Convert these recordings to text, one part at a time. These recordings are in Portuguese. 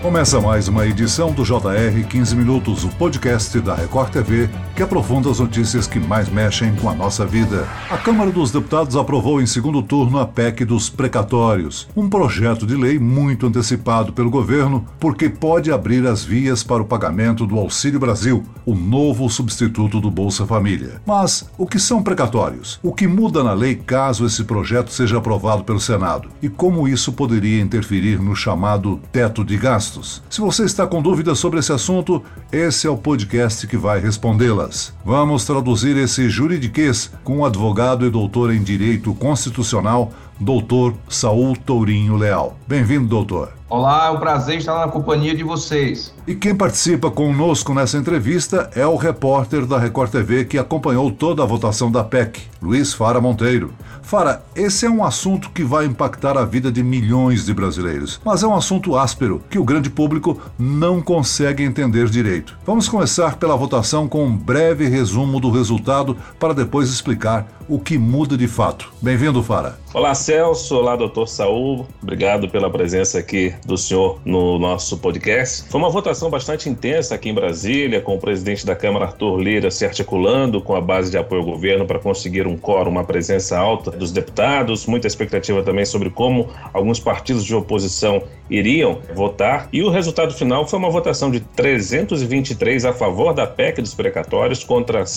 Começa mais uma edição do JR 15 Minutos, o podcast da Record TV, que aprofunda as notícias que mais mexem com a nossa vida. A Câmara dos Deputados aprovou em segundo turno a PEC dos precatórios, um projeto de lei muito antecipado pelo governo, porque pode abrir as vias para o pagamento do Auxílio Brasil, o novo substituto do Bolsa Família. Mas o que são precatórios? O que muda na lei caso esse projeto seja aprovado pelo Senado? E como isso poderia interferir no chamado teto de gastos? Se você está com dúvidas sobre esse assunto, esse é o podcast que vai respondê-las. Vamos traduzir esse juridiquês com o advogado e doutor em Direito Constitucional, Dr. Saul Tourinho Leal. Bem-vindo, doutor. Olá, é um prazer estar na companhia de vocês. E quem participa conosco nessa entrevista é o repórter da Record TV que acompanhou toda a votação da PEC, Luiz Fara Monteiro. Fara, esse é um assunto que vai impactar a vida de milhões de brasileiros, mas é um assunto áspero que o grande público não consegue entender direito. Vamos começar pela votação com um breve resumo do resultado para depois explicar o que muda de fato. Bem-vindo, Fara. Olá, Celso. Olá, doutor Saul. Obrigado pela presença aqui do senhor no nosso podcast. Foi uma votação bastante intensa aqui em Brasília, com o presidente da Câmara, Arthur Lira, se articulando com a base de apoio ao governo para conseguir um quórum, uma presença alta dos deputados. Muita expectativa também sobre como alguns partidos de oposição iriam votar. E o resultado final foi uma votação de 323 a favor da PEC dos precatórios contra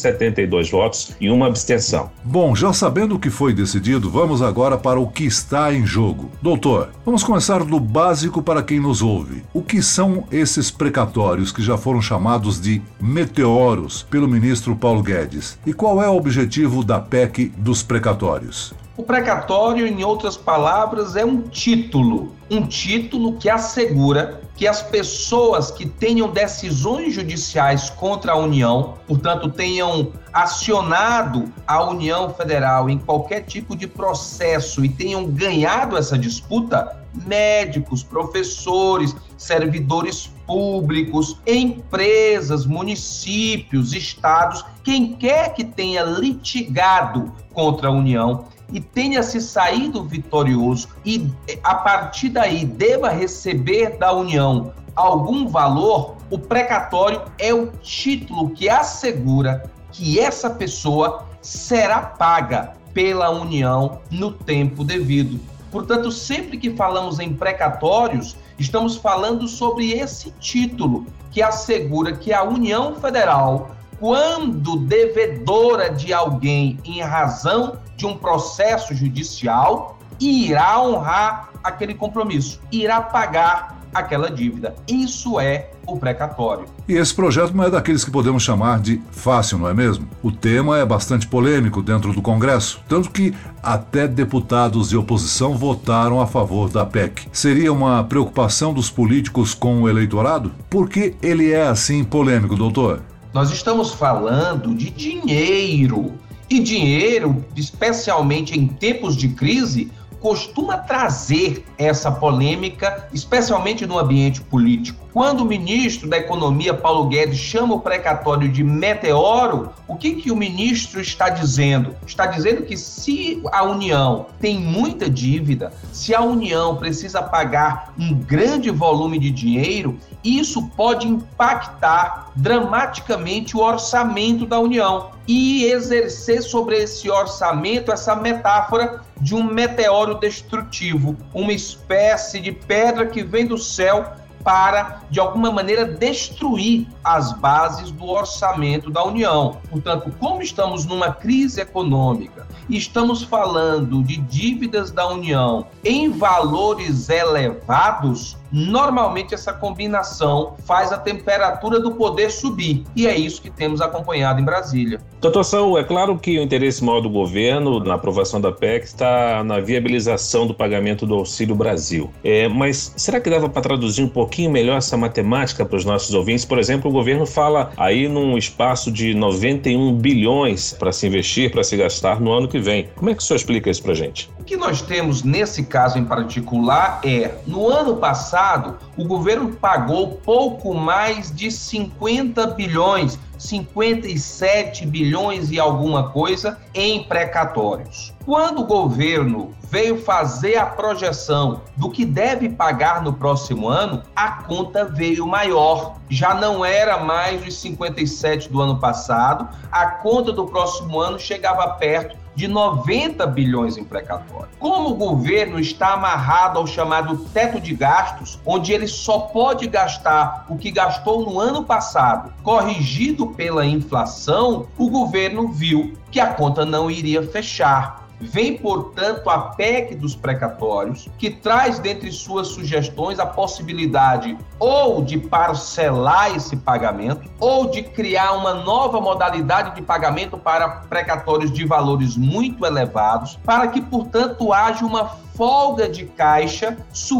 172 votos e uma abstenção. Bom, já sabendo o que foi decidido, vamos agora para o que está em jogo. Doutor, vamos começar do básico para quem nos ouve. O que são esses precatórios que já foram chamados de meteoros pelo ministro Paulo Guedes? E qual é o objetivo da PEC dos precatórios? O precatório, em outras palavras, é um título que assegura que as pessoas que tenham decisões judiciais contra a União, portanto, tenham acionado a União Federal em qualquer tipo de processo e tenham ganhado essa disputa, médicos, professores, servidores públicos, empresas, municípios, estados, quem quer que tenha litigado contra a União e tenha se saído vitorioso e, a partir daí, deva receber da União algum valor, o precatório é o título que assegura que essa pessoa será paga pela União no tempo devido. Portanto, sempre que falamos em precatórios, estamos falando sobre esse título que assegura que a União Federal, quando devedora de alguém em razão de um processo judicial, irá honrar aquele compromisso, irá pagar aquela dívida. Isso é o precatório. E esse projeto não é daqueles que podemos chamar de fácil, não é mesmo? O tema é bastante polêmico dentro do Congresso, tanto que até deputados de oposição votaram a favor da PEC. Seria uma preocupação dos políticos com o eleitorado? Por que ele é assim polêmico, doutor? Nós estamos falando de dinheiro. E dinheiro, especialmente em tempos de crise, costuma trazer essa polêmica, especialmente no ambiente político. Quando o ministro da Economia, Paulo Guedes, chama o precatório de meteoro, o que o ministro está dizendo? Está dizendo que se a União tem muita dívida, se a União precisa pagar um grande volume de dinheiro, isso pode impactar dramaticamente o orçamento da União e exercer sobre esse orçamento essa metáfora de um meteoro destrutivo, uma espécie de pedra que vem do céu para, de alguma maneira, destruir as bases do orçamento da União. Portanto, como estamos numa crise econômica e estamos falando de dívidas da União em valores elevados, normalmente essa combinação faz a temperatura do poder subir. E é isso que temos acompanhado em Brasília. Doutor Saul, é claro que o interesse maior do governo na aprovação da PEC está na viabilização do pagamento do Auxílio Brasil. Mas será que dava para traduzir um pouquinho melhor essa matemática para os nossos ouvintes? Por exemplo, o governo fala aí num espaço de 91 bilhões para se investir, para se gastar no ano que vem. Como é que o senhor explica isso para a gente? O que nós temos nesse caso em particular no ano passado, o governo pagou pouco mais de 50 bilhões, 57 bilhões e alguma coisa em precatórios. Quando o governo veio fazer a projeção do que deve pagar no próximo ano, a conta veio maior. Já não era mais os 57 do ano passado, a conta do próximo ano chegava perto de 90 bilhões em precatório. Como o governo está amarrado ao chamado teto de gastos, onde ele só pode gastar o que gastou no ano passado, corrigido pela inflação, o governo viu que a conta não iria fechar. Vem, portanto, a PEC dos precatórios, que traz dentre suas sugestões a possibilidade ou de parcelar esse pagamento, ou de criar uma nova modalidade de pagamento para precatórios de valores muito elevados, para que, portanto, haja uma folga de caixa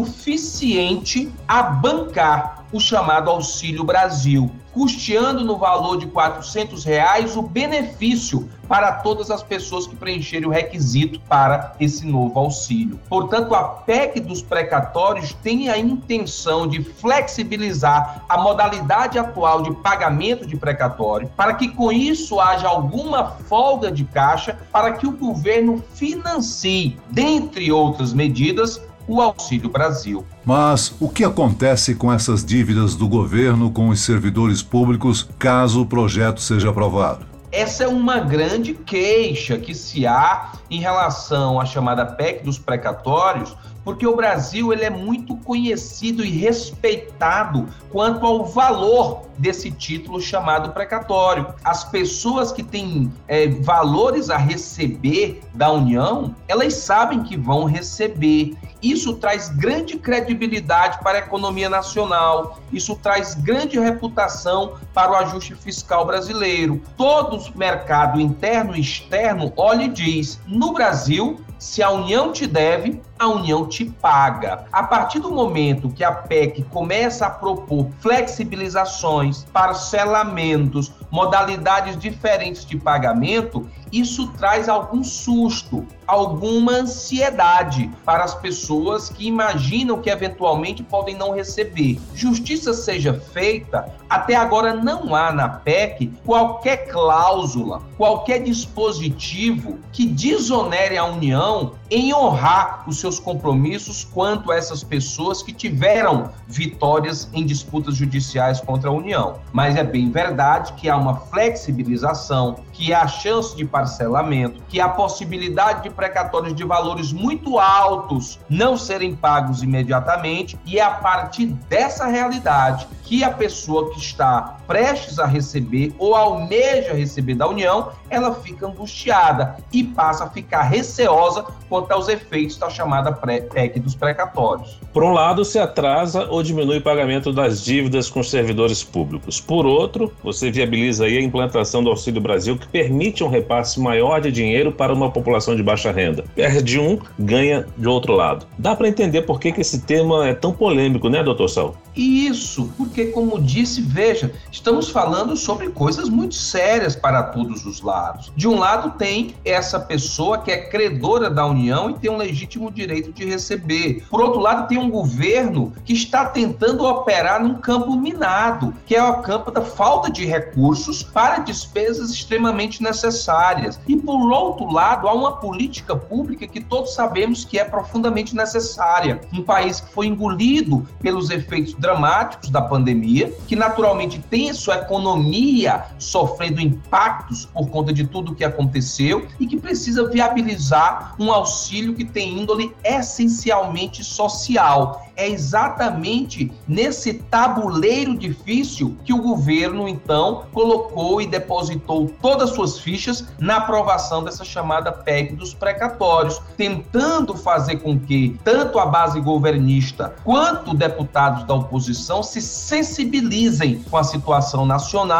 suficiente a bancar o chamado Auxílio Brasil, custeando no valor de R$400 o benefício para todas as pessoas que preencherem o requisito para esse novo auxílio. Portanto, a PEC dos precatórios tem a intenção de flexibilizar a modalidade atual de pagamento de precatório, para que com isso haja alguma folga de caixa para que o governo financie, dentre outras medidas, o Auxílio Brasil. Mas o que acontece com essas dívidas do governo com os servidores públicos caso o projeto seja aprovado? Essa é uma grande queixa que se há em relação à chamada PEC dos precatórios, porque o Brasil ele é muito conhecido e respeitado quanto ao valor desse título chamado precatório. As pessoas que têm valores a receber da União, elas sabem que vão receber. Isso traz grande credibilidade para a economia nacional, isso traz grande reputação para o ajuste fiscal brasileiro. Todo o mercado interno e externo olha e diz, no Brasil, se a União te deve, a União te paga. A partir do momento que a PEC começa a propor flexibilizações, parcelamentos, modalidades diferentes de pagamento, isso traz algum susto, alguma ansiedade para as pessoas que imaginam que eventualmente podem não receber. Justiça seja feita, até agora não há na PEC qualquer cláusula, qualquer dispositivo que desonere a União em honrar os seus compromissos quanto a essas pessoas que tiveram vitórias em disputas judiciais contra a União. Mas é bem verdade que há uma flexibilização, que há chance de parcelamento, que há possibilidade de precatórios de valores muito altos não serem pagos imediatamente, e é a partir dessa realidade que a pessoa que está prestes a receber ou almeja receber da União, ela fica angustiada e passa a ficar receosa quanto aos efeitos da chamada PEC dos precatórios. Por um lado, se atrasa ou diminui o pagamento das dívidas com os servidores públicos. Por outro, você viabiliza aí a implantação do Auxílio Brasil, que permite um repasse maior de dinheiro para uma população de baixa renda. Perde um, ganha de outro lado. Dá para entender por que esse tema é tão polêmico, né, doutor Saul? Isso, porque, como disse, veja, estamos falando sobre coisas muito sérias para todos os lados. De um lado tem essa pessoa que é credora da União e tem um legítimo direito de receber. Por outro lado, tem um governo que está tentando operar num campo minado, que é o campo da falta de recursos para despesas extremamente necessárias. E, por outro lado, há uma política pública que todos sabemos que é profundamente necessária. Um país que foi engolido pelos efeitos dramáticos da pandemia, que naturalmente tem sua economia sofrendo impactos por conta de tudo o que aconteceu e que precisa viabilizar um auxílio que tem índole essencialmente social. É exatamente nesse tabuleiro difícil que o governo, então, colocou e depositou todas as suas fichas na aprovação dessa chamada PEC dos precatórios, tentando fazer com que tanto a base governista quanto deputados da oposição se sensibilizem com a situação nacional,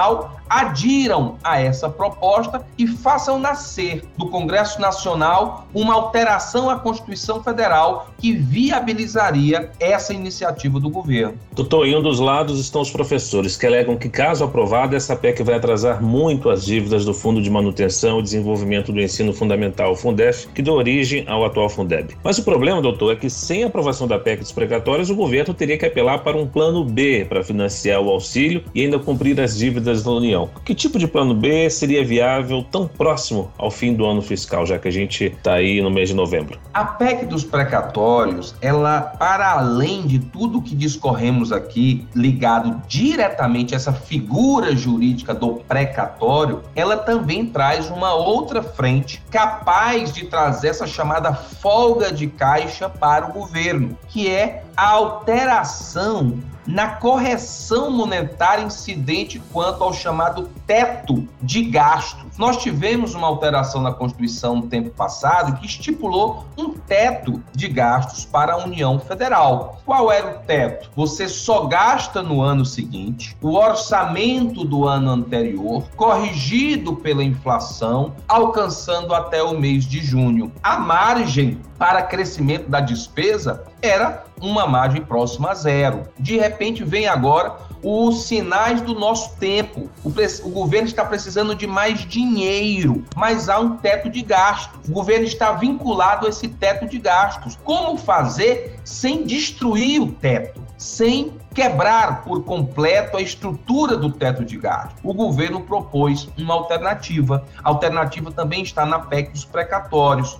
adiram a essa proposta e façam nascer do Congresso Nacional uma alteração à Constituição Federal que viabilizaria essa iniciativa do governo. Doutor, em um dos lados estão os professores que alegam que, caso aprovada, essa PEC vai atrasar muito as dívidas do Fundo de Manutenção e Desenvolvimento do Ensino Fundamental, Fundef, que deu origem ao atual Fundeb. Mas o problema, doutor, é que sem a aprovação da PEC dos precatórios, o governo teria que apelar para um plano B para financiar o auxílio e ainda cumprir as dívidas da União. Que tipo de plano B seria viável tão próximo ao fim do ano fiscal, já que a gente está aí no mês de novembro? A PEC dos precatórios, ela, para além de tudo que discorremos aqui, ligado diretamente a essa figura jurídica do precatório, ela também traz uma outra frente capaz de trazer essa chamada folga de caixa para o governo, que é a alteração na correção monetária incidente quanto ao chamado teto de gastos. Nós tivemos uma alteração na Constituição no tempo passado que estipulou um teto de gastos para a União Federal. Qual era o teto? Você só gasta no ano seguinte o orçamento do ano anterior, corrigido pela inflação, alcançando até o mês de junho. A margem para crescimento da despesa era uma margem próxima a zero. De repente vem agora os sinais do nosso tempo. O governo está precisando de mais dinheiro, mas há um teto de gastos. O governo está vinculado a esse teto de gastos. Como fazer sem destruir o teto? Sem quebrar por completo a estrutura do teto de gastos? O governo propôs uma alternativa. A alternativa também está na PEC dos precatórios.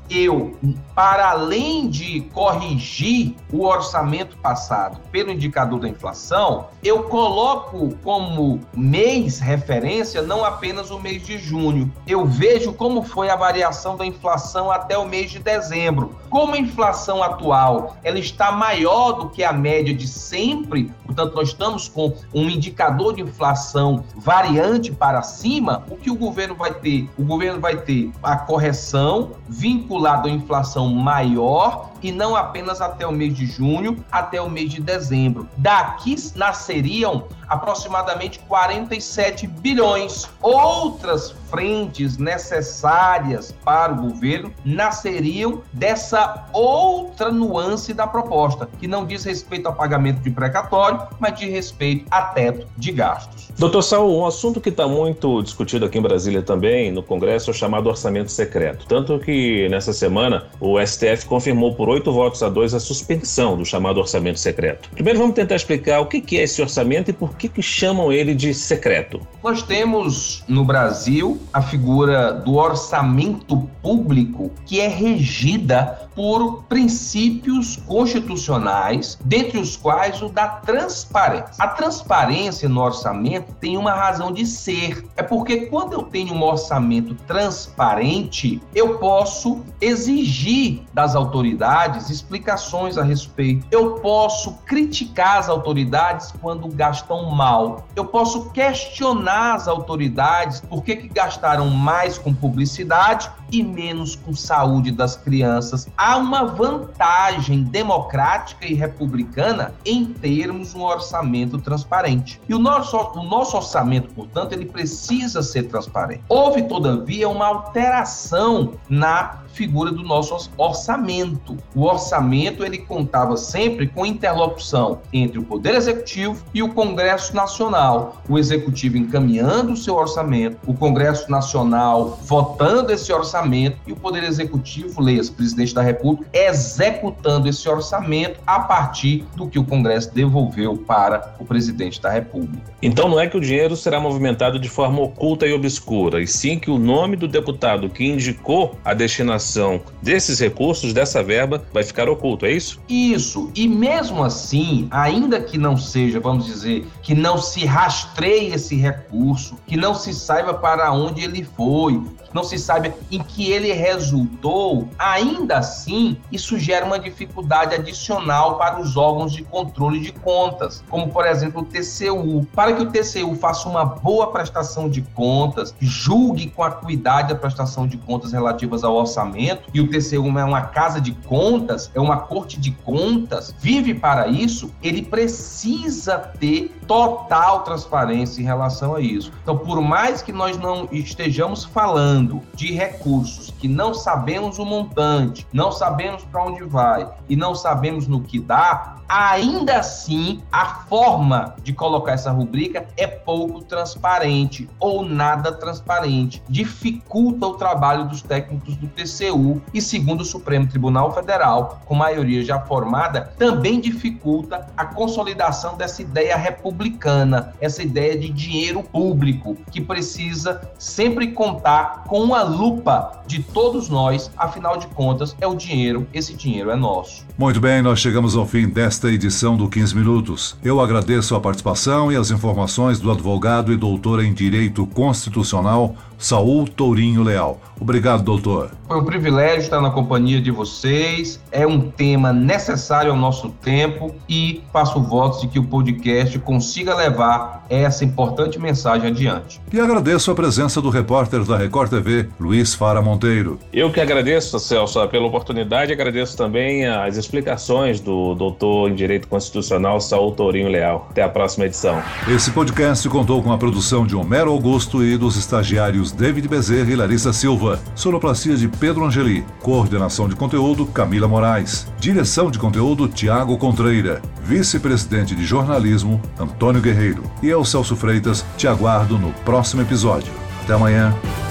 Para além de corrigir o orçamento passado pelo indicador da inflação, eu coloco como mês referência não apenas o mês de junho. Eu vejo como foi a variação da inflação até o mês de dezembro. Como a inflação atual ela está maior do que a média de sempre, portanto, nós estamos com um indicador de inflação variante para cima. O que o governo vai ter? O governo vai ter a correção vinculada à inflação maior e não apenas até o mês de junho, até o mês de dezembro. Daqui nasceriam aproximadamente 47 bilhões. Outras frentes necessárias para o governo nasceriam dessa outra nuance da proposta, que não diz respeito ao pagamento de precatório, mas diz respeito a teto de gastos. Doutor Saul, um assunto que está muito discutido aqui em Brasília também, no Congresso, é o chamado orçamento secreto. Tanto que, nessa semana, o STF confirmou por 8-2 a suspensão do chamado orçamento secreto. Primeiro, vamos tentar explicar o que é esse orçamento e por que chamam ele de secreto. Nós temos, no Brasil, a figura do orçamento público, que é regida por princípios constitucionais, dentre os quais o da transparência. A transparência no orçamento tem uma razão de ser. É porque quando eu tenho um orçamento transparente, eu posso exigir das autoridades explicações a respeito. Eu posso criticar as autoridades quando gastam mal. Eu posso questionar as autoridades por que gastaram mais com publicidade e menos com saúde das crianças. Há uma vantagem democrática e republicana em termos um orçamento transparente. E o nosso orçamento, portanto, ele precisa ser transparente. Houve, todavia, uma alteração na figura do nosso orçamento. O orçamento, ele contava sempre com interlocução entre o Poder Executivo e o Congresso Nacional. O Executivo encaminhando o seu orçamento, o Congresso Nacional votando esse orçamento e o Poder Executivo, leia-se, Presidente da República, executando esse orçamento a partir do que o Congresso devolveu para o Presidente da República. Então não é que o dinheiro será movimentado de forma oculta e obscura, e sim que o nome do deputado que indicou a destinação desses recursos, dessa verba, vai ficar oculto, é isso? Isso, e mesmo assim, ainda que não seja, vamos dizer, que não se rastreie esse recurso, que não se saiba para onde ele foi, não se sabe em que ele resultou, ainda assim, isso gera uma dificuldade adicional para os órgãos de controle de contas, como, por exemplo, o TCU. Para que o TCU faça uma boa prestação de contas, julgue com acuidade a prestação de contas relativas ao orçamento, e o TCU é uma casa de contas, é uma corte de contas, vive para isso, ele precisa ter total transparência em relação a isso. Então, por mais que nós não estejamos falando de recursos que não sabemos o montante, não sabemos para onde vai e não sabemos no que dá, ainda assim, a forma de colocar essa rubrica é pouco transparente ou nada transparente. Dificulta o trabalho dos técnicos do TCU e, segundo o Supremo Tribunal Federal, com maioria já formada, também dificulta a consolidação dessa ideia republicana, essa ideia de dinheiro público, que precisa sempre contar com a lupa de todos nós, afinal de contas, é o dinheiro, esse dinheiro é nosso. Muito bem, nós chegamos ao fim desta edição do 15 Minutos. Eu agradeço a participação e as informações do advogado e doutor em Direito Constitucional, Saul Tourinho Leal. Obrigado, doutor. Foi um privilégio estar na companhia de vocês. É um tema necessário ao nosso tempo e faço votos de que o podcast consiga levar essa importante mensagem adiante. E agradeço a presença do repórter da Record TV, Luiz Fara Monteiro. Eu que agradeço, Celso, pela oportunidade, agradeço também as explicações do doutor em Direito Constitucional, Saul Tourinho Leal. Até a próxima edição. Esse podcast contou com a produção de Homero Augusto e dos estagiários David Bezerra e Larissa Silva. Sonoplastia de Pedro Angeli. Coordenação de conteúdo, Camila Moraes. Direção de conteúdo, Tiago Contreira. Vice-presidente de jornalismo, Antônio Guerreiro. E eu, Celso Freitas, te aguardo no próximo episódio. Até amanhã.